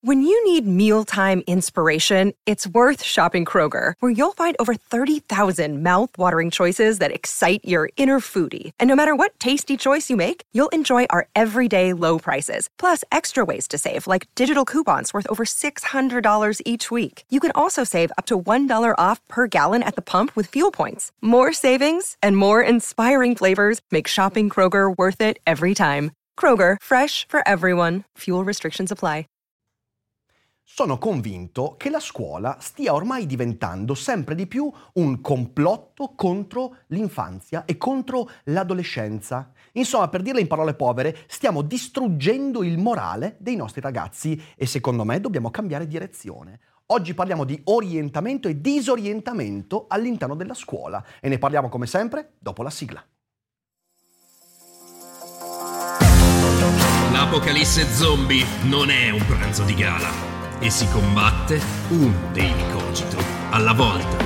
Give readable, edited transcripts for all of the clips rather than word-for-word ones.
When you need mealtime inspiration, it's worth shopping Kroger, where you'll find over 30,000 mouth-watering choices that excite your inner foodie. And no matter what tasty choice you make, you'll enjoy our everyday low prices, plus extra ways to save, like digital coupons worth over $600 each week. You can also save up to $1 off per gallon at the pump with fuel points. More savings and more inspiring flavors make shopping Kroger worth it every time. Kroger, fresh for everyone. Fuel restrictions apply. Sono convinto che la scuola stia ormai diventando sempre di più un complotto contro l'infanzia e contro l'adolescenza. Insomma, per dirla in parole povere, stiamo distruggendo il morale dei nostri ragazzi e secondo me dobbiamo cambiare direzione. Oggi parliamo di orientamento e disorientamento all'interno della scuola e ne parliamo come sempre dopo la sigla. L'apocalisse zombie non è un pranzo di gala e si combatte un Daily Cogito alla volta.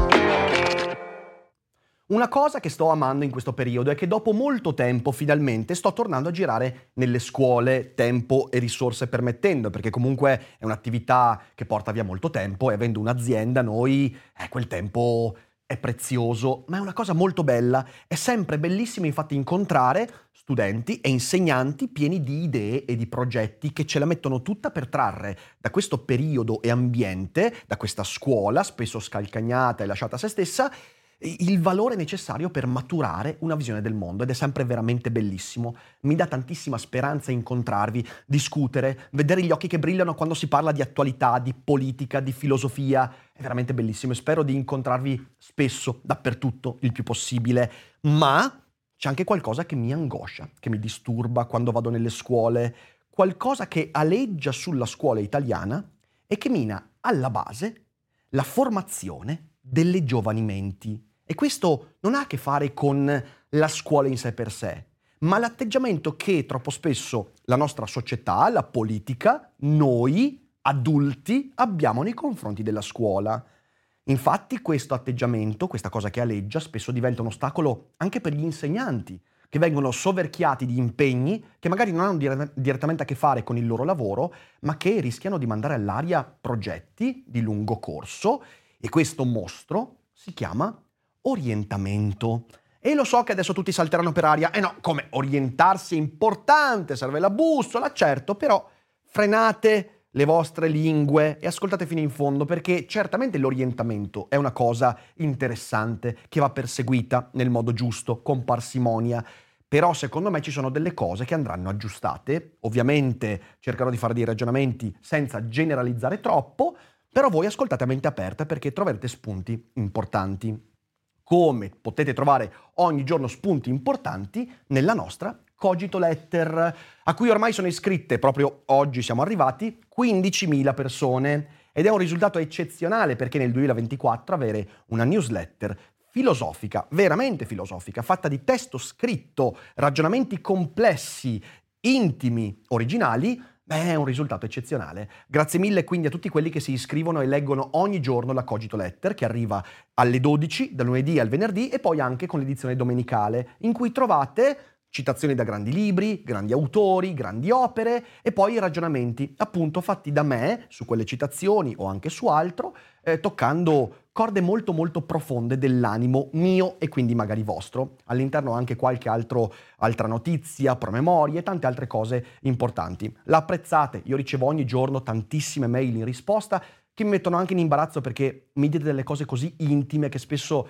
Una cosa che sto amando in questo periodo è che dopo molto tempo finalmente sto tornando a girare nelle scuole, tempo e risorse permettendo, perché comunque è un'attività che porta via molto tempo e avendo un'azienda noi quel tempo è prezioso, ma è una cosa molto bella. È sempre bellissimo infatti incontrare studenti e insegnanti pieni di idee e di progetti che ce la mettono tutta per trarre da questo periodo e ambiente, da questa scuola spesso scalcagnata e lasciata a se stessa, il valore necessario per maturare una visione del mondo ed è sempre veramente bellissimo. Mi dà tantissima speranza incontrarvi, discutere, vedere gli occhi che brillano quando si parla di attualità, di politica, di filosofia. È veramente bellissimo e spero di incontrarvi spesso, dappertutto, il più possibile. Ma c'è anche qualcosa che mi angoscia, che mi disturba quando vado nelle scuole, qualcosa che aleggia sulla scuola italiana e che mina alla base la formazione delle giovani menti. E questo non ha a che fare con la scuola in sé per sé, ma l'atteggiamento che troppo spesso la nostra società, la politica, noi adulti abbiamo nei confronti della scuola. Infatti questo atteggiamento, questa cosa che aleggia, spesso diventa un ostacolo anche per gli insegnanti, che vengono soverchiati di impegni che magari non hanno direttamente a che fare con il loro lavoro, ma che rischiano di mandare all'aria progetti di lungo corso. E questo mostro si chiama orientamento. E lo so che adesso tutti salteranno per aria. No, come orientarsi è importante, serve la bussola, certo, però frenate le vostre lingue e ascoltate fino in fondo, perché certamente l'orientamento è una cosa interessante che va perseguita nel modo giusto, con parsimonia. Però secondo me ci sono delle cose che andranno aggiustate. Ovviamente cercherò di fare dei ragionamenti senza generalizzare troppo, però voi ascoltate a mente aperta perché troverete spunti importanti. Come potete trovare ogni giorno spunti importanti nella nostra Cogito Letter, a cui ormai sono iscritte, proprio oggi siamo arrivati, 15.000 persone. Ed è un risultato eccezionale perché nel 2024 avere una newsletter filosofica, veramente filosofica, fatta di testo scritto, ragionamenti complessi, intimi, originali, è un risultato eccezionale. Grazie mille quindi a tutti quelli che si iscrivono e leggono ogni giorno la Cogito Letter, che arriva alle 12, dal lunedì al venerdì, e poi anche con l'edizione domenicale, in cui trovate citazioni da grandi libri, grandi autori, grandi opere e poi i ragionamenti appunto fatti da me su quelle citazioni o anche su altro, toccando corde molto molto profonde dell'animo mio e quindi magari vostro. All'interno anche qualche altra notizia, promemorie e tante altre cose importanti. La apprezzate? Io ricevo ogni giorno tantissime mail in risposta che mi mettono anche in imbarazzo perché mi dite delle cose così intime che spesso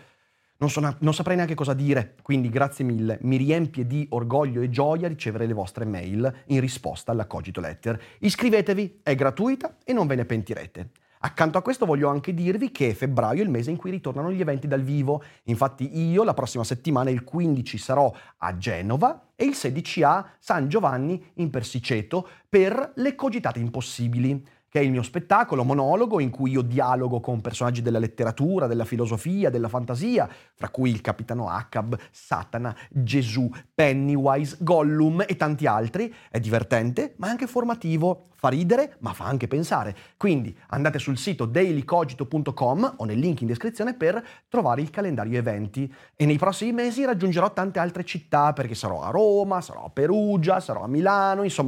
non saprei neanche cosa dire, quindi grazie mille, mi riempie di orgoglio e gioia ricevere le vostre mail in risposta alla Cogito Letter. Iscrivetevi, è gratuita e non ve ne pentirete. Accanto a questo voglio anche dirvi che febbraio è il mese in cui ritornano gli eventi dal vivo. Infatti io la prossima settimana, il 15, sarò a Genova e il 16 a San Giovanni in Persiceto per le Cogitate Impossibili, che è il mio spettacolo monologo in cui io dialogo con personaggi della letteratura, della filosofia, della fantasia, fra cui il capitano Ahab, Satana, Gesù, Pennywise, Gollum e tanti altri. È divertente, ma è anche formativo, fa ridere, ma fa anche pensare. Quindi andate sul sito dailycogito.com o nel link in descrizione per trovare il calendario eventi. E nei prossimi mesi raggiungerò tante altre città, perché sarò a Roma, sarò a Perugia, sarò a Milano, insomma,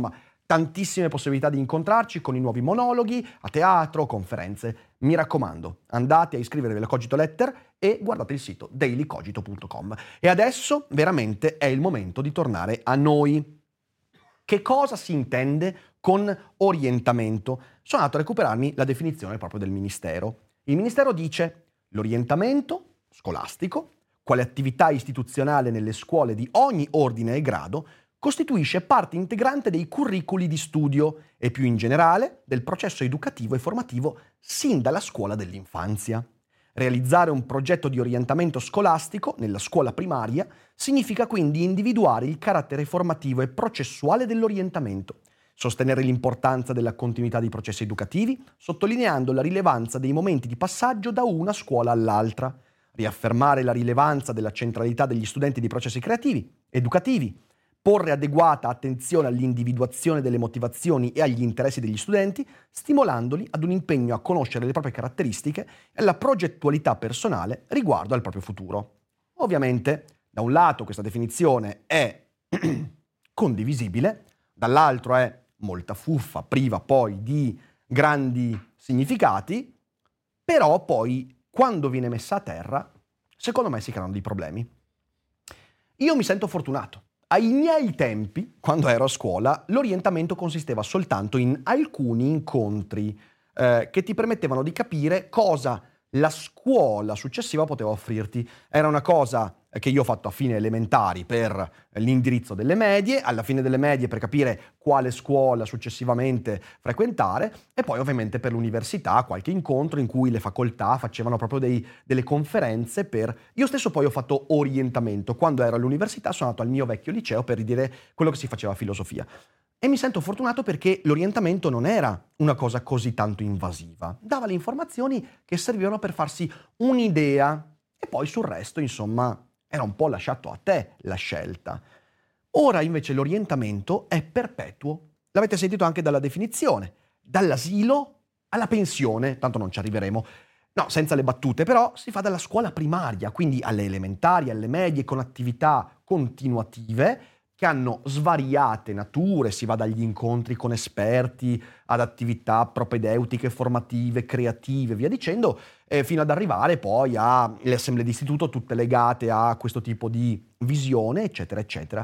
tantissime possibilità di incontrarci con i nuovi monologhi, a teatro, conferenze. Mi raccomando, andate a iscrivervi alla Cogito Letter e guardate il sito dailycogito.com. E adesso veramente è il momento di tornare a noi. Che cosa si intende con orientamento? Sono andato a recuperarmi la definizione proprio del Ministero. Il Ministero dice: l'orientamento scolastico, quale attività istituzionale nelle scuole di ogni ordine e grado, costituisce parte integrante dei curriculi di studio e più in generale del processo educativo e formativo sin dalla scuola dell'infanzia. Realizzare un progetto di orientamento scolastico nella scuola primaria significa quindi individuare il carattere formativo e processuale dell'orientamento, sostenere l'importanza della continuità dei processi educativi, sottolineando la rilevanza dei momenti di passaggio da una scuola all'altra, riaffermare la rilevanza della centralità degli studenti dei processi creativi, educativi, porre adeguata attenzione all'individuazione delle motivazioni e agli interessi degli studenti, stimolandoli ad un impegno a conoscere le proprie caratteristiche e alla progettualità personale riguardo al proprio futuro. Ovviamente, da un lato questa definizione è condivisibile, dall'altro è molta fuffa, priva poi di grandi significati, però poi quando viene messa a terra, secondo me si creano dei problemi. Io mi sento fortunato. Ai miei tempi, quando ero a scuola, l'orientamento consisteva soltanto in alcuni incontri che ti permettevano di capire cosa la scuola successiva poteva offrirti. Era una cosa che io ho fatto a fine elementari per l'indirizzo delle medie, alla fine delle medie per capire quale scuola successivamente frequentare e poi ovviamente per l'università qualche incontro in cui le facoltà facevano proprio delle conferenze per... Io stesso poi ho fatto orientamento. Quando ero all'università sono andato al mio vecchio liceo per ridire quello che si faceva a filosofia. E mi sento fortunato perché l'orientamento non era una cosa così tanto invasiva. Dava le informazioni che servivano per farsi un'idea e poi sul resto, insomma, era un po' lasciato a te la scelta. Ora invece l'orientamento è perpetuo. L'avete sentito anche dalla definizione. Dall'asilo alla pensione, tanto non ci arriveremo. No, senza le battute, però si fa dalla scuola primaria, quindi alle elementari, alle medie, con attività continuative che hanno svariate nature, si va dagli incontri con esperti ad attività propedeutiche, formative, creative, via dicendo, fino ad arrivare poi alle assemblee d'istituto, tutte legate a questo tipo di visione, eccetera, eccetera.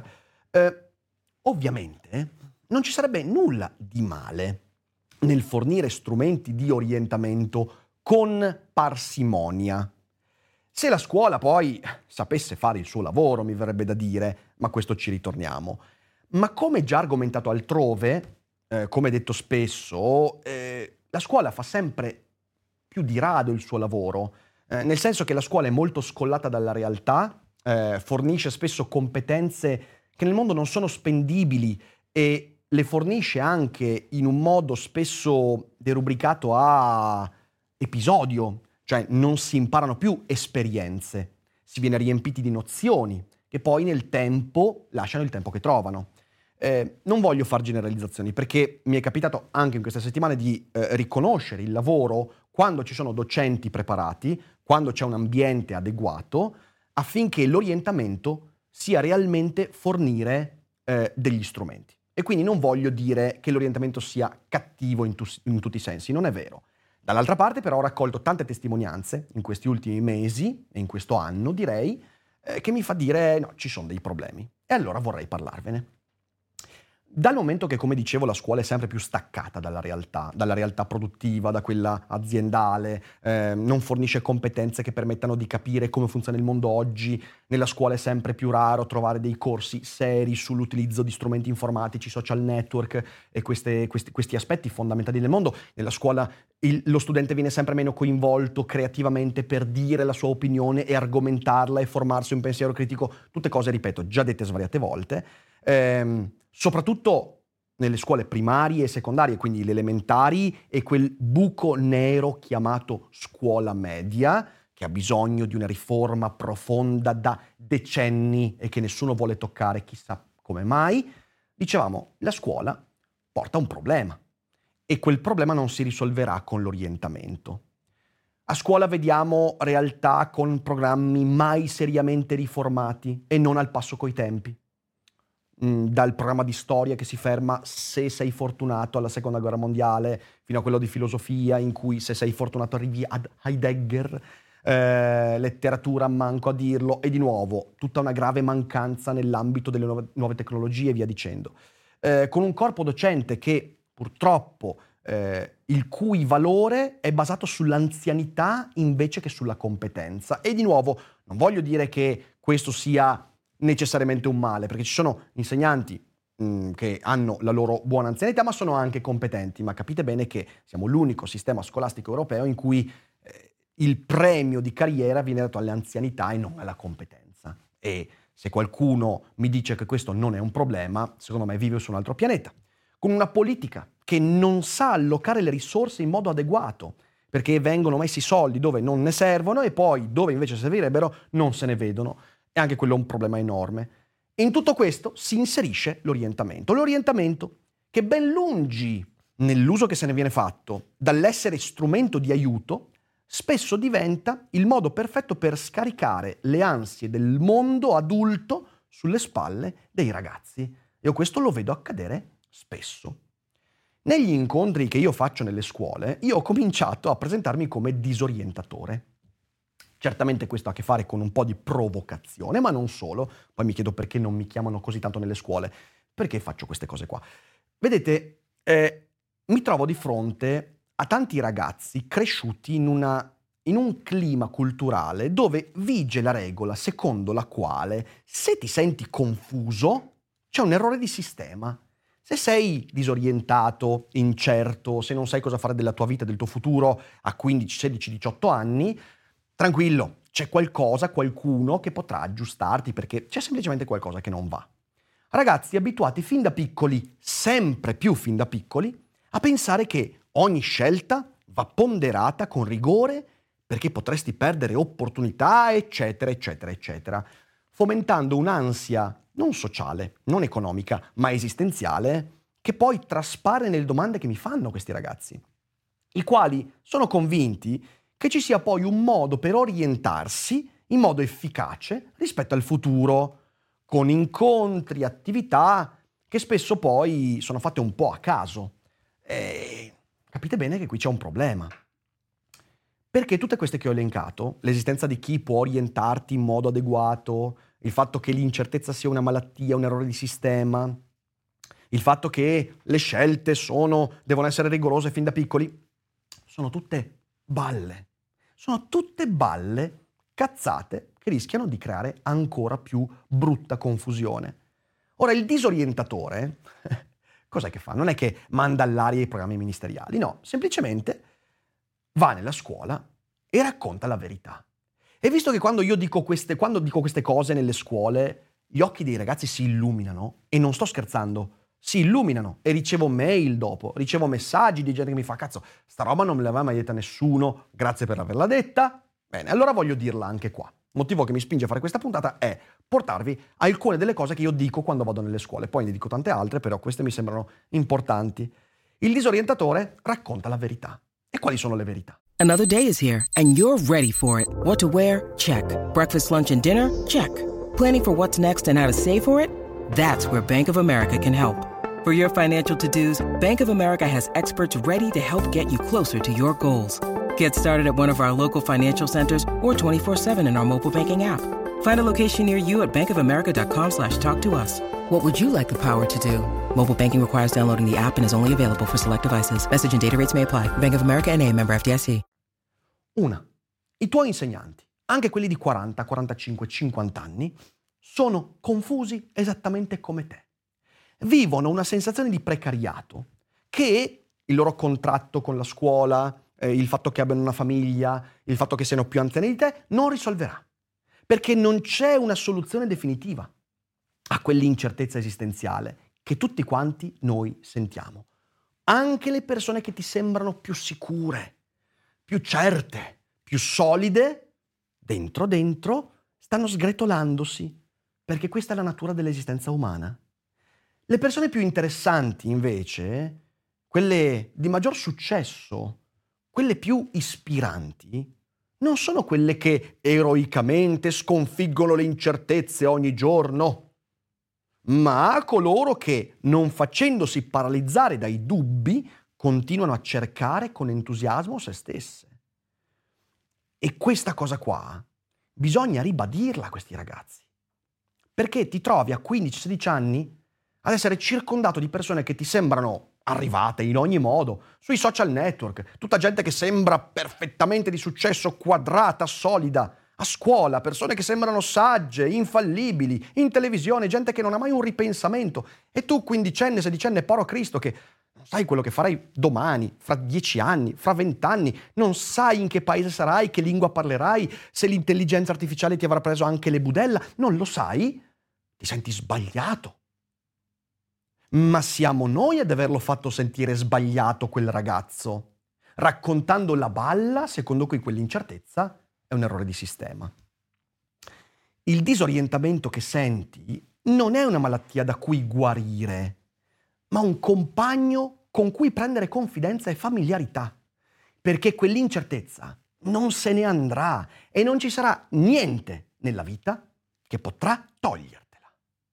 Ovviamente non ci sarebbe nulla di male nel fornire strumenti di orientamento con parsimonia. Se la scuola poi sapesse fare il suo lavoro, mi verrebbe da dire, ma questo ci ritorniamo. Ma come già argomentato altrove, come detto spesso, la scuola fa sempre più di rado il suo lavoro, nel senso che la scuola è molto scollata dalla realtà, fornisce spesso competenze che nel mondo non sono spendibili e le fornisce anche in un modo spesso derubricato a episodio. Cioè non si imparano più esperienze, si viene riempiti di nozioni che poi nel tempo lasciano il tempo che trovano. Non voglio fare generalizzazioni perché mi è capitato anche in queste settimane di riconoscere il lavoro quando ci sono docenti preparati, quando c'è un ambiente adeguato, affinché l'orientamento sia realmente fornire degli strumenti. E quindi non voglio dire che l'orientamento sia cattivo in tutti i sensi, non è vero. Dall'altra parte però ho raccolto tante testimonianze in questi ultimi mesi e in questo anno direi che mi fa dire no, ci sono dei problemi e allora vorrei parlarvene. Dal momento che, come dicevo, la scuola è sempre più staccata dalla realtà produttiva, da quella aziendale, non fornisce competenze che permettano di capire come funziona il mondo oggi, nella scuola è sempre più raro trovare dei corsi seri sull'utilizzo di strumenti informatici, social network e questi aspetti fondamentali del mondo. Nella scuola lo studente viene sempre meno coinvolto creativamente per dire la sua opinione e argomentarla e formarsi un pensiero critico, tutte cose, ripeto, già dette svariate volte. Soprattutto nelle scuole primarie e secondarie, quindi le elementari e quel buco nero chiamato scuola media, che ha bisogno di una riforma profonda da decenni e che nessuno vuole toccare, chissà come mai. Dicevamo, la scuola porta un problema e quel problema non si risolverà con l'orientamento. A scuola vediamo realtà con programmi mai seriamente riformati e non al passo coi tempi. dal programma di storia che si ferma se sei fortunato alla seconda guerra mondiale, fino a quello di filosofia in cui se sei fortunato arrivi ad Heidegger, letteratura manco a dirlo, e di nuovo tutta una grave mancanza nell'ambito delle nuove tecnologie e via dicendo. Con un corpo docente che purtroppo il cui valore è basato sull'anzianità invece che sulla competenza. E di nuovo non voglio dire che questo sia necessariamente un male, perché ci sono insegnanti che hanno la loro buona anzianità ma sono anche competenti, ma capite bene che siamo l'unico sistema scolastico europeo in cui il premio di carriera viene dato alle anzianità e non alla competenza. E se qualcuno mi dice che questo non è un problema, secondo me vive su un altro pianeta, con una politica che non sa allocare le risorse in modo adeguato, perché vengono messi soldi dove non ne servono e poi dove invece servirebbero non se ne vedono. E anche quello è un problema enorme. E in tutto questo si inserisce l'orientamento che ben lungi nell'uso che se ne viene fatto dall'essere strumento di aiuto, spesso diventa il modo perfetto per scaricare le ansie del mondo adulto sulle spalle dei ragazzi. Io questo lo vedo accadere spesso. Negli incontri che io faccio nelle scuole, io ho cominciato a presentarmi come disorientatore. Certamente questo ha a che fare con un po' di provocazione, ma non solo. Poi mi chiedo perché non mi chiamano così tanto nelle scuole. Perché faccio queste cose qua? Vedete, mi trovo di fronte a tanti ragazzi cresciuti in un clima culturale dove vige la regola secondo la quale se ti senti confuso c'è un errore di sistema. Se sei disorientato, incerto, se non sai cosa fare della tua vita, del tuo futuro a 15, 16, 18 anni, tranquillo, c'è qualcuno che potrà aggiustarti perché c'è semplicemente qualcosa che non va. Ragazzi abituati fin da piccoli, sempre più fin da piccoli, a pensare che ogni scelta va ponderata con rigore perché potresti perdere opportunità, eccetera, eccetera, eccetera, fomentando un'ansia non sociale, non economica, ma esistenziale, che poi traspare nelle domande che mi fanno questi ragazzi, i quali sono convinti che ci sia poi un modo per orientarsi in modo efficace rispetto al futuro, con incontri, attività che spesso poi sono fatte un po' a caso. E capite bene che qui c'è un problema. Perché tutte queste che ho elencato, l'esistenza di chi può orientarti in modo adeguato, il fatto che l'incertezza sia una malattia, un errore di sistema, il fatto che le scelte devono essere rigorose fin da piccoli, sono tutte balle. Sono tutte balle, cazzate, che rischiano di creare ancora più brutta confusione. Ora, il disorientatore, cos'è che fa? Non è che manda all'aria i programmi ministeriali, no, semplicemente va nella scuola e racconta la verità. E visto che quando dico queste cose nelle scuole, gli occhi dei ragazzi si illuminano, e non sto scherzando, si illuminano, e ricevo mail dopo, ricevo messaggi di gente che mi fa cazzo, sta roba non me l'aveva mai detta nessuno, grazie per averla detta. Bene, allora voglio dirla anche qua. Il motivo che mi spinge a fare questa puntata è portarvi alcune delle cose che io dico quando vado nelle scuole. Poi ne dico tante altre, però queste mi sembrano importanti. Il disorientatore racconta la verità. E quali sono le verità? Another day is here, and you're ready for it. What to wear? Check. Breakfast, lunch, and dinner? Check. Planning for what's next and how to save for it? That's where Bank of America can help. For your financial to-dos, Bank of America has experts ready to help get you closer to your goals. Get started at one of our local financial centers or 24/7 in our mobile banking app. Find a location near you at bankofamerica.com/talktous. What would you like the power to do? Mobile banking requires downloading the app and is only available for select devices. Message and data rates may apply. Bank of America N.A., member FDIC. Una, i tuoi insegnanti, anche quelli di 40, 45, 50 anni, sono confusi esattamente come te. Vivono una sensazione di precariato che il loro contratto con la scuola, il fatto che abbiano una famiglia, il fatto che siano più anziani di te, non risolverà. Perché non c'è una soluzione definitiva a quell'incertezza esistenziale che tutti quanti noi sentiamo. Anche le persone che ti sembrano più sicure, più certe, più solide, dentro stanno sgretolandosi, perché questa è la natura dell'esistenza umana. Le persone più interessanti, invece, quelle di maggior successo, quelle più ispiranti, non sono quelle che eroicamente sconfiggono le incertezze ogni giorno, ma a coloro che, non facendosi paralizzare dai dubbi, continuano a cercare con entusiasmo se stesse. E questa cosa qua bisogna ribadirla a questi ragazzi, perché ti trovi a 15-16 anni ad essere circondato di persone che ti sembrano arrivate in ogni modo, sui social network, tutta gente che sembra perfettamente di successo, quadrata, solida, a scuola, persone che sembrano sagge, infallibili, in televisione, gente che non ha mai un ripensamento, e tu 15enne, 16enne, poro Cristo, che non sai quello che farai domani, fra 10 anni, fra 20 anni, non sai in che paese sarai, che lingua parlerai, se l'intelligenza artificiale ti avrà preso anche le budella, non lo sai, ti senti sbagliato. Ma siamo noi ad averlo fatto sentire sbagliato quel ragazzo, raccontando la balla secondo cui quell'incertezza è un errore di sistema. Il disorientamento che senti non è una malattia da cui guarire, ma un compagno con cui prendere confidenza e familiarità, perché quell'incertezza non se ne andrà e non ci sarà niente nella vita che potrà togliertela.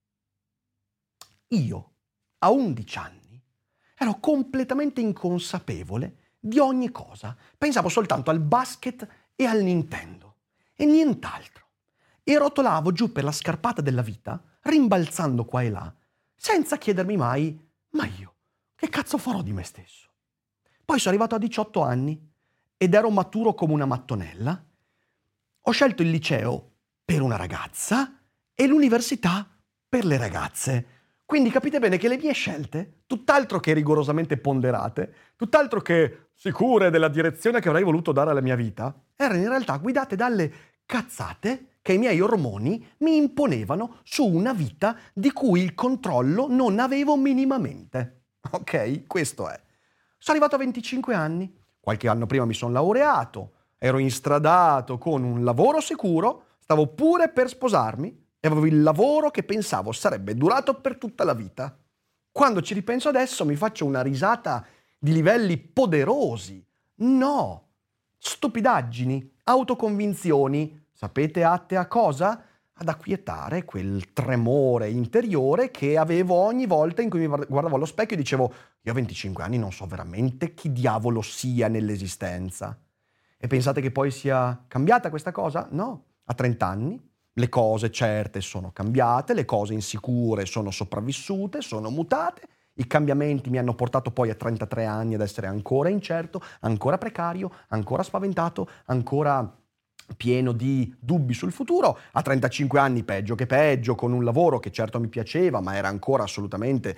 Io, a 11 anni, ero completamente inconsapevole di ogni cosa. Pensavo soltanto al basket e al Nintendo e nient'altro. E rotolavo giù per la scarpata della vita, rimbalzando qua e là, senza chiedermi mai: ma io, che cazzo farò di me stesso? Poi sono arrivato a 18 anni ed ero maturo come una mattonella. Ho scelto il liceo per una ragazza e l'università per le ragazze. Quindi capite bene che le mie scelte, tutt'altro che rigorosamente ponderate, tutt'altro che sicure della direzione che avrei voluto dare alla mia vita, erano in realtà guidate dalle cazzate che i miei ormoni mi imponevano su una vita di cui il controllo non avevo minimamente. Ok? Questo è. Sono arrivato a 25 anni, qualche anno prima mi sono laureato, ero instradato con un lavoro sicuro, stavo pure per sposarmi, e avevo il lavoro che pensavo sarebbe durato per tutta la vita. Quando ci ripenso adesso mi faccio una risata di livelli poderosi. No! Stupidaggini, autoconvinzioni, sapete atte a cosa? Ad acquietare quel tremore interiore che avevo ogni volta in cui mi guardavo allo specchio e dicevo: io a 25 anni non so veramente chi diavolo sia nell'esistenza. E pensate che poi sia cambiata questa cosa? No, a 30 anni le cose certe sono cambiate, le cose insicure sono sopravvissute, sono mutate, i cambiamenti mi hanno portato poi a 33 anni ad essere ancora incerto, ancora precario, ancora spaventato, ancora pieno di dubbi sul futuro, a 35 anni peggio che peggio, con un lavoro che certo mi piaceva, ma era ancora assolutamente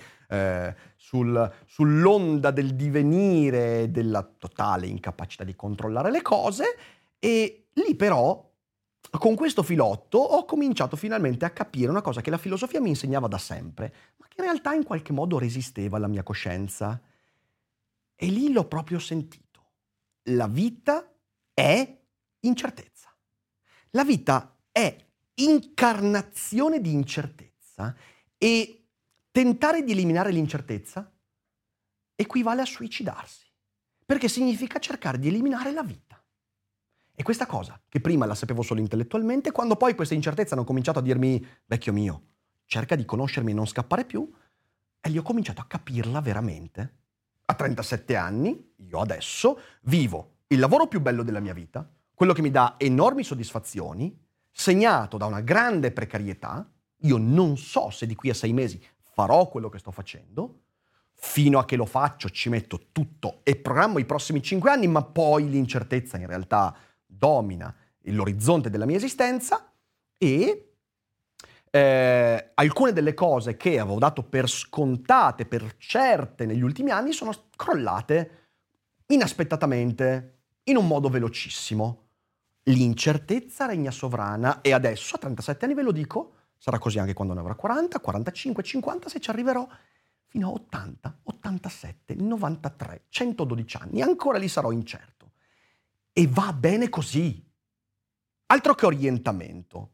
sull'onda del divenire, della totale incapacità di controllare le cose, e lì però, con questo filotto, ho cominciato finalmente a capire una cosa che la filosofia mi insegnava da sempre, ma che in realtà in qualche modo resisteva alla mia coscienza. E lì l'ho proprio sentito. La vita è incertezza. La vita è incarnazione di incertezza, e tentare di eliminare l'incertezza equivale a suicidarsi, perché significa cercare di eliminare la vita. E questa cosa, che prima la sapevo solo intellettualmente, quando poi questa incertezza hanno cominciato a dirmi: vecchio mio, cerca di conoscermi e non scappare più, e lì ho cominciato a capirla veramente. A 37 anni, io adesso vivo il lavoro più bello della mia vita, quello che mi dà enormi soddisfazioni, segnato da una grande precarietà. Io non so se di qui a 6 mesi farò quello che sto facendo. Fino a che lo faccio ci metto tutto e programmo i prossimi 5 anni, ma poi l'incertezza in realtà domina l'orizzonte della mia esistenza, e alcune delle cose che avevo dato per scontate, per certe negli ultimi anni, sono crollate inaspettatamente, in un modo velocissimo. L'incertezza regna sovrana, e adesso a 37 anni ve lo dico, sarà così anche quando ne avrò 40, 45, 50, se ci arriverò fino a 80, 87, 93, 112 anni, ancora lì sarò incerto. E va bene così. Altro che orientamento.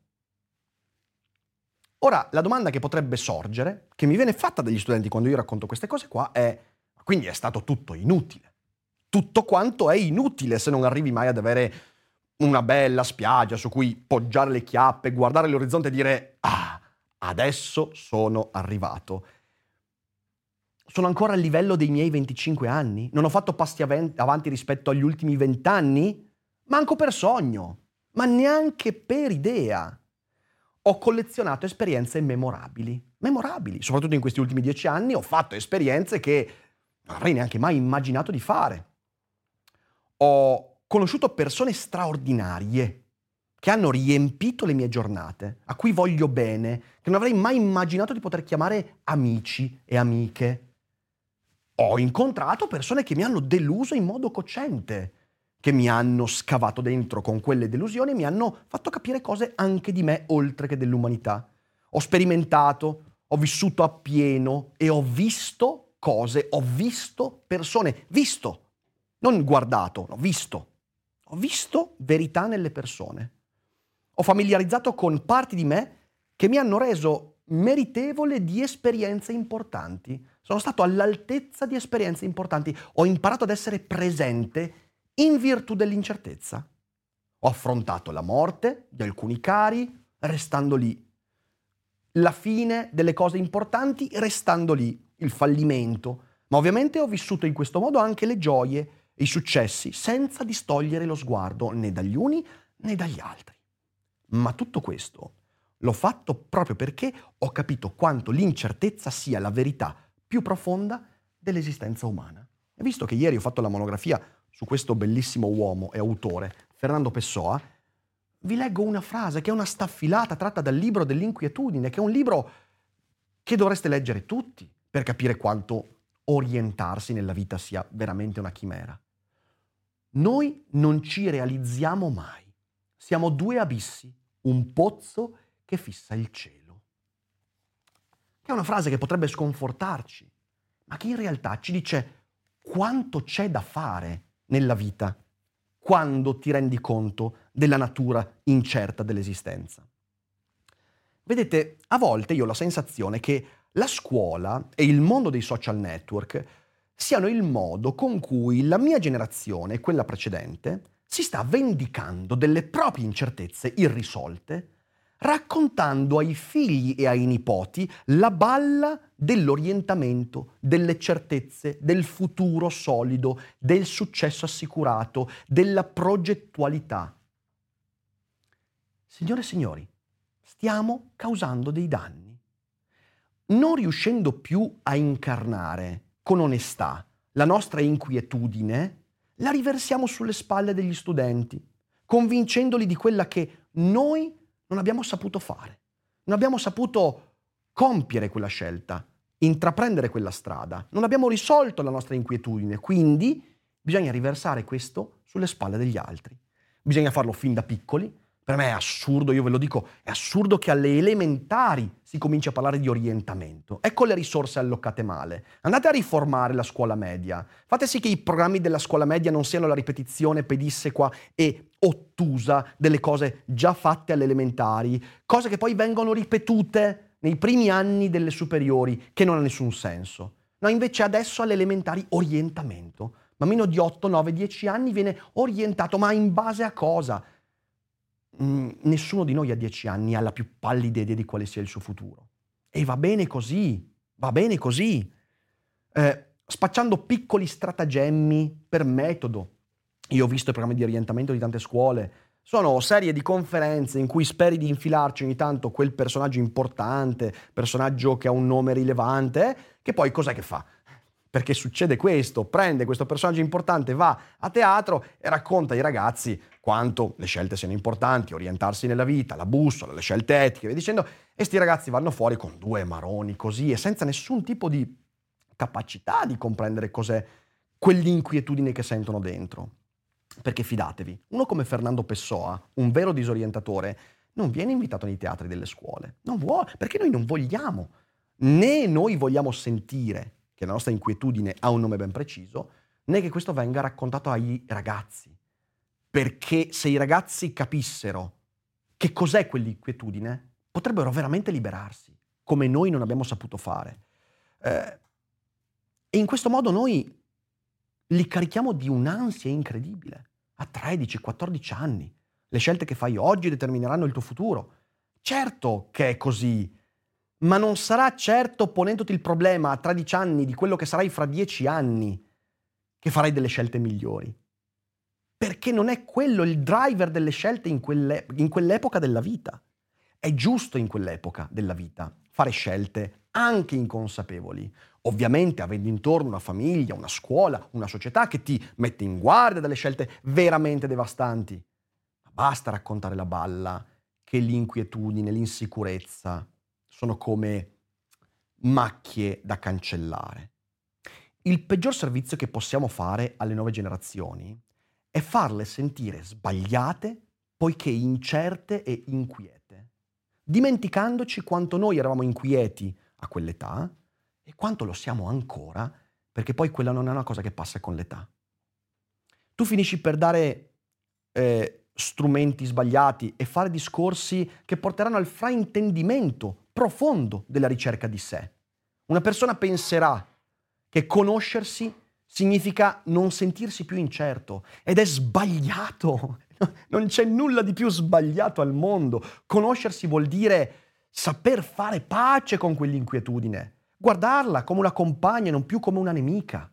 Ora, la domanda che potrebbe sorgere, che mi viene fatta dagli studenti quando io racconto queste cose qua, è: quindi è stato tutto inutile? Tutto quanto è inutile se non arrivi mai ad avere una bella spiaggia su cui poggiare le chiappe, guardare l'orizzonte e dire: ah, Adesso sono arrivato. Sono ancora al livello dei miei 25 anni? Non ho fatto passi avanti rispetto agli ultimi 20 anni? Manco per sogno, ma neanche per idea. Ho collezionato esperienze memorabili, soprattutto in questi ultimi 10 anni ho fatto esperienze che non avrei neanche mai immaginato di fare. Ho conosciuto persone straordinarie che hanno riempito le mie giornate, a cui voglio bene, che non avrei mai immaginato di poter chiamare amici e amiche. Ho incontrato persone che mi hanno deluso in modo cocente, che mi hanno scavato dentro con quelle delusioni e mi hanno fatto capire cose anche di me oltre che dell'umanità. Ho sperimentato, ho vissuto appieno e ho visto cose, ho visto persone, non guardato, ho visto. Ho visto verità nelle persone. Ho familiarizzato con parti di me che mi hanno reso meritevole di esperienze importanti. Sono stato all'altezza di esperienze importanti. Ho imparato ad essere presente in virtù dell'incertezza. Ho affrontato la morte di alcuni cari restando lì. La fine delle cose importanti restando lì. Il fallimento. Ma ovviamente ho vissuto in questo modo anche le gioie e i successi senza distogliere lo sguardo né dagli uni né dagli altri. Ma tutto questo l'ho fatto proprio perché ho capito quanto l'incertezza sia la verità più profonda dell'esistenza umana. E visto che ieri ho fatto la monografia su questo bellissimo uomo e autore, Fernando Pessoa, vi leggo una frase che è una staffilata tratta dal libro dell'inquietudine, che è un libro che dovreste leggere tutti per capire quanto orientarsi nella vita sia veramente una chimera. Noi non ci realizziamo mai. Siamo due abissi, un pozzo che fissa il cielo. Che è una frase che potrebbe sconfortarci, ma che in realtà ci dice quanto c'è da fare nella vita quando ti rendi conto della natura incerta dell'esistenza. Vedete, a volte io ho la sensazione che la scuola e il mondo dei social network siano il modo con cui la mia generazione e quella precedente si sta vendicando delle proprie incertezze irrisolte, raccontando ai figli e ai nipoti la balla dell'orientamento, delle certezze, del futuro solido, del successo assicurato, della progettualità. Signore e signori, stiamo causando dei danni. Non riuscendo più a incarnare con onestà la nostra inquietudine, la riversiamo sulle spalle degli studenti, convincendoli di quella che noi non abbiamo saputo fare. Non abbiamo saputo compiere quella scelta, intraprendere quella strada. Non abbiamo risolto la nostra inquietudine, quindi bisogna riversare questo sulle spalle degli altri. Bisogna farlo fin da piccoli. Per me è assurdo, io ve lo dico, è assurdo che alle elementari si cominci a parlare di orientamento. Ecco le risorse allocate male. Andate a riformare la scuola media. Fate sì che i programmi della scuola media non siano la ripetizione pedissequa e ottusa delle cose già fatte alle elementari, cose che poi vengono ripetute nei primi anni delle superiori, che non ha nessun senso. No, invece adesso alle elementari orientamento. Bambino di 8, 9, 10 anni viene orientato, ma in base a cosa? Nessuno di noi a 10 anni ha la più pallida idea di quale sia il suo futuro. E va bene così, spacciando piccoli stratagemmi per metodo. Io ho visto i programmi di orientamento di tante scuole. Sono serie di conferenze in cui speri di infilarci ogni tanto quel personaggio importante, personaggio che ha un nome rilevante, che poi cos'è che fa? Perché succede questo, prende questo personaggio importante, va a teatro e racconta ai ragazzi quanto le scelte siano importanti, orientarsi nella vita, la bussola, le scelte etiche, via dicendo, e sti ragazzi vanno fuori con due maroni così e senza nessun tipo di capacità di comprendere cos'è quell'inquietudine che sentono dentro. Perché fidatevi, uno come Fernando Pessoa, un vero disorientatore, non viene invitato nei teatri delle scuole, non vuole, perché noi non vogliamo, né noi vogliamo sentire che la nostra inquietudine ha un nome ben preciso, né che questo venga raccontato ai ragazzi. Perché se i ragazzi capissero che cos'è quell'inquietudine, potrebbero veramente liberarsi, come noi non abbiamo saputo fare. E in questo modo noi li carichiamo di un'ansia incredibile. A 13-14 anni. Le scelte che fai oggi determineranno il tuo futuro. Certo che è così, ma non sarà certo ponendoti il problema a 13 anni di quello che sarai fra 10 anni che farai delle scelte migliori. Perché non è quello il driver delle scelte in quell'epoca della vita. È giusto in quell'epoca della vita fare scelte anche inconsapevoli, ovviamente avendo intorno una famiglia, una scuola, una società che ti mette in guardia dalle scelte veramente devastanti. Ma basta raccontare la balla che l'inquietudine, l'insicurezza sono come macchie da cancellare. Il peggior servizio che possiamo fare alle nuove generazioni è farle sentire sbagliate poiché incerte e inquiete, dimenticandoci quanto noi eravamo inquieti a quell'età e quanto lo siamo ancora, perché poi quella non è una cosa che passa con l'età. Tu finisci per dare strumenti sbagliati e fare discorsi che porteranno al fraintendimento profondo della ricerca di sé. Una persona penserà che conoscersi significa non sentirsi più incerto ed è sbagliato. Non c'è nulla di più sbagliato al mondo. Conoscersi vuol dire saper fare pace con quell'inquietudine, guardarla come una compagna e non più come una nemica.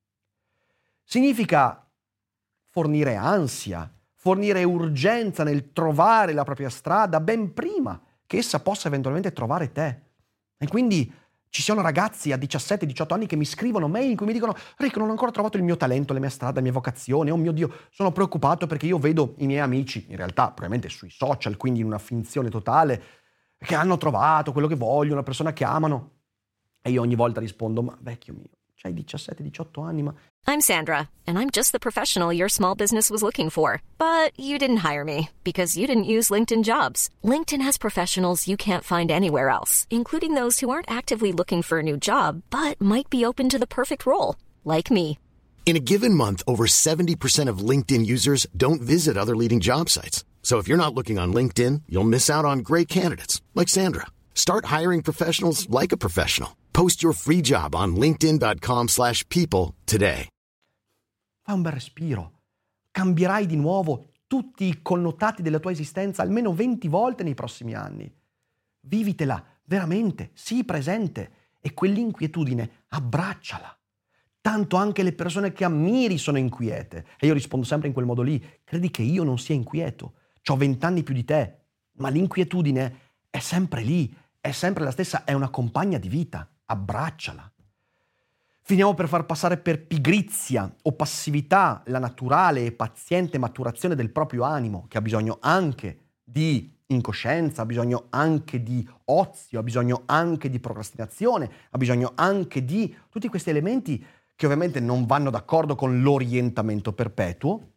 Significa fornire ansia, fornire urgenza nel trovare la propria strada ben prima che essa possa eventualmente trovare te. E quindi ci sono ragazzi a 17-18 anni che mi scrivono mail in cui mi dicono: Rick, non ho ancora trovato il mio talento, la mia strada, la mia vocazione, oh mio Dio, sono preoccupato perché io vedo i miei amici, in realtà probabilmente sui social, quindi in una finzione totale, che hanno trovato quello che vogliono, la persona che amano. E io ogni volta rispondo: ma vecchio mio, c'hai 17-18 anni, ma... I'm Sandra, and I'm just the professional your small business was looking for. But you didn't hire me because you didn't use LinkedIn Jobs. LinkedIn has professionals you can't find anywhere else, including those who aren't actively looking for a new job, but might be open to the perfect role, like me. In a given month, over 70% of LinkedIn users don't visit other leading job sites. So if you're not looking on LinkedIn, you'll miss out on great candidates like Sandra. Start hiring professionals like a professional. Post your free job on linkedin.com/people today. Fai un bel respiro. Cambierai di nuovo tutti i connotati della tua esistenza almeno 20 volte nei prossimi anni. Vivitela, veramente, sii presente e quell'inquietudine abbracciala. Tanto anche le persone che ammiri sono inquiete. E io rispondo sempre in quel modo lì: credi che io non sia inquieto? C'ho 20 anni più di te, ma l'inquietudine è sempre lì, è sempre la stessa, è una compagna di vita. Abbracciala. Finiamo per far passare per pigrizia o passività la naturale e paziente maturazione del proprio animo, che ha bisogno anche di incoscienza, ha bisogno anche di ozio, ha bisogno anche di procrastinazione, ha bisogno anche di tutti questi elementi che ovviamente non vanno d'accordo con l'orientamento perpetuo.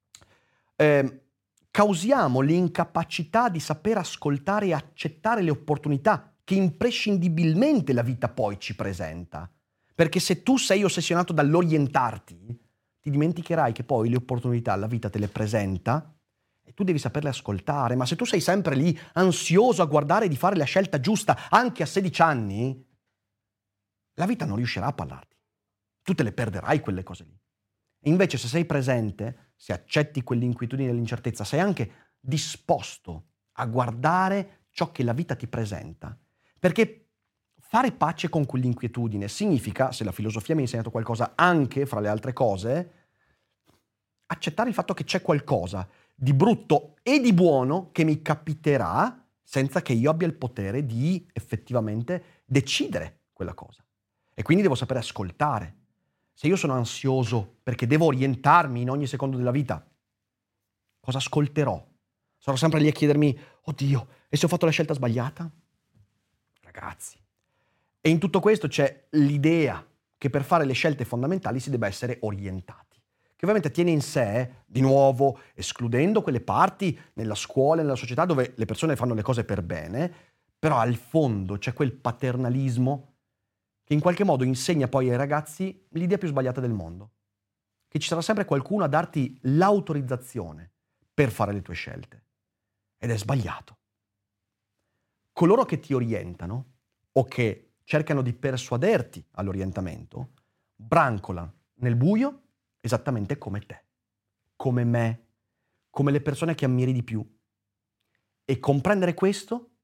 Causiamo l'incapacità di saper ascoltare e accettare le opportunità che imprescindibilmente la vita poi ci presenta. Perché se tu sei ossessionato dall'orientarti, ti dimenticherai che poi le opportunità la vita te le presenta e tu devi saperle ascoltare. Ma se tu sei sempre lì ansioso a guardare di fare la scelta giusta anche a 16 anni, la vita non riuscirà a parlarti. Tu te le perderai quelle cose lì. E invece se sei presente, se accetti quell'inquietudine e l'incertezza, sei anche disposto a guardare ciò che la vita ti presenta. Perché fare pace con quell'inquietudine significa, se la filosofia mi ha insegnato qualcosa anche fra le altre cose, accettare il fatto che c'è qualcosa di brutto e di buono che mi capiterà senza che io abbia il potere di effettivamente decidere quella cosa. E quindi devo sapere ascoltare. Se io sono ansioso perché devo orientarmi in ogni secondo della vita, cosa ascolterò? Sarò sempre lì a chiedermi: oddio, e se ho fatto la scelta sbagliata? Ragazzi. E in tutto questo c'è l'idea che per fare le scelte fondamentali si debba essere orientati, che ovviamente tiene in sé, di nuovo, escludendo quelle parti nella scuola e nella società dove le persone fanno le cose per bene, però al fondo c'è quel paternalismo che in qualche modo insegna poi ai ragazzi l'idea più sbagliata del mondo, che ci sarà sempre qualcuno a darti l'autorizzazione per fare le tue scelte. Ed è sbagliato. Coloro che ti orientano o che cercano di persuaderti all'orientamento brancolano nel buio esattamente come te, come me, come le persone che ammiri di più. E comprendere questo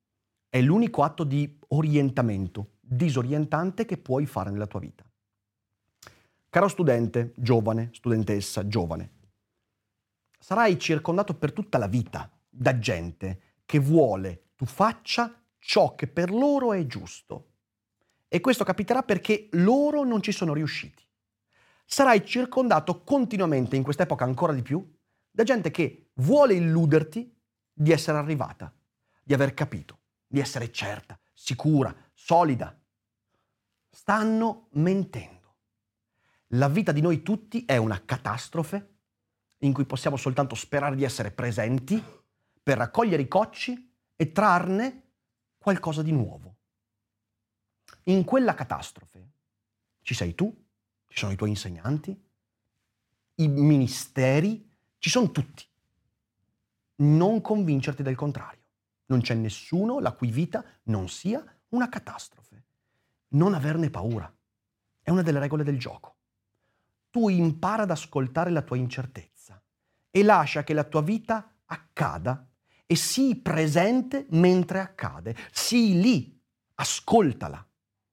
È l'unico atto di orientamento disorientante che puoi fare nella tua vita. Caro studente, giovane, studentessa, giovane, sarai circondato per tutta la vita da gente che vuole tu faccia ciò che per loro è giusto. E questo capiterà perché loro non ci sono riusciti. Sarai circondato continuamente, in quest'epoca ancora di più, da gente che vuole illuderti di essere arrivata, di aver capito, di essere certa, sicura, solida. Stanno mentendo. La vita di noi tutti è una catastrofe in cui possiamo soltanto sperare di essere presenti per raccogliere i cocci e trarne qualcosa di nuovo. In quella catastrofe ci sei tu, ci sono i tuoi insegnanti, i ministeri, ci sono tutti. Non convincerti del contrario. Non c'è nessuno la cui vita non sia una catastrofe. Non averne paura. È una delle regole del gioco. Tu impara ad ascoltare la tua incertezza e lascia che la tua vita accada e sii presente mentre accade. Sii lì, ascoltala.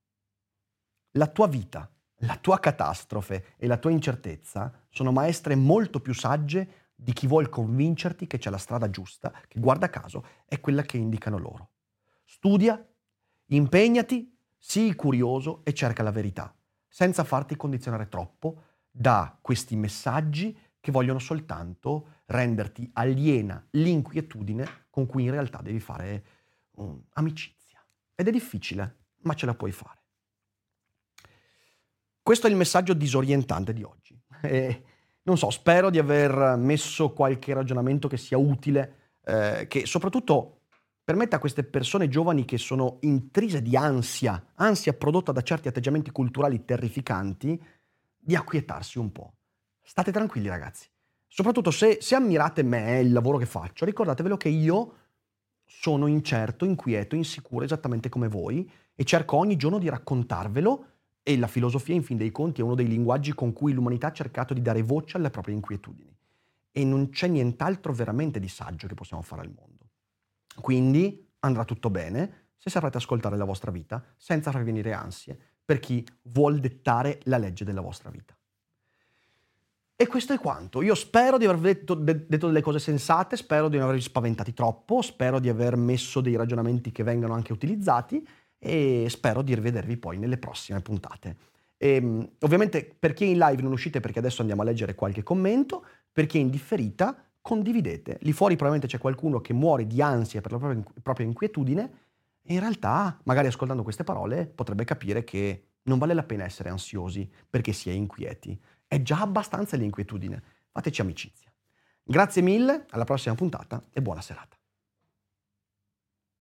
La tua vita, la tua catastrofe e la tua incertezza sono maestre molto più sagge di chi vuol convincerti che c'è la strada giusta, che guarda caso è quella che indicano loro. Studia, impegnati, sii curioso e cerca la verità, senza farti condizionare troppo da questi messaggi che vogliono soltanto renderti aliena l'inquietudine con cui in realtà devi fare amicizia. Ed è difficile, ma ce la puoi fare. Questo è il messaggio disorientante di oggi. Non so, spero di aver messo qualche ragionamento che sia utile, che soprattutto permetta a queste persone giovani che sono intrise di ansia prodotta da certi atteggiamenti culturali terrificanti, di acquietarsi un po'. State tranquilli, ragazzi. Soprattutto se ammirate me e il lavoro che faccio, ricordatevelo che io sono incerto, inquieto, insicuro esattamente come voi e cerco ogni giorno di raccontarvelo. E la filosofia, in fin dei conti, è uno dei linguaggi con cui l'umanità ha cercato di dare voce alle proprie inquietudini. E non c'è nient'altro veramente di saggio che possiamo fare al mondo. Quindi andrà tutto bene se saprete ascoltare la vostra vita senza far venire ansie per chi vuol dettare la legge della vostra vita. E questo è quanto. Io spero di aver detto delle cose sensate, spero di non avervi spaventati troppo, spero di aver messo dei ragionamenti che vengano anche utilizzati e spero di rivedervi poi nelle prossime puntate. Ovviamente per chi è in live non uscite perché adesso andiamo a leggere qualche commento, per chi è in differita condividete. Lì fuori probabilmente c'è qualcuno che muore di ansia per la propria inquietudine e in realtà magari ascoltando queste parole potrebbe capire che non vale la pena essere ansiosi perché si è inquieti. È già abbastanza l'inquietudine. Fateci amicizia. Grazie mille, alla prossima puntata e buona serata.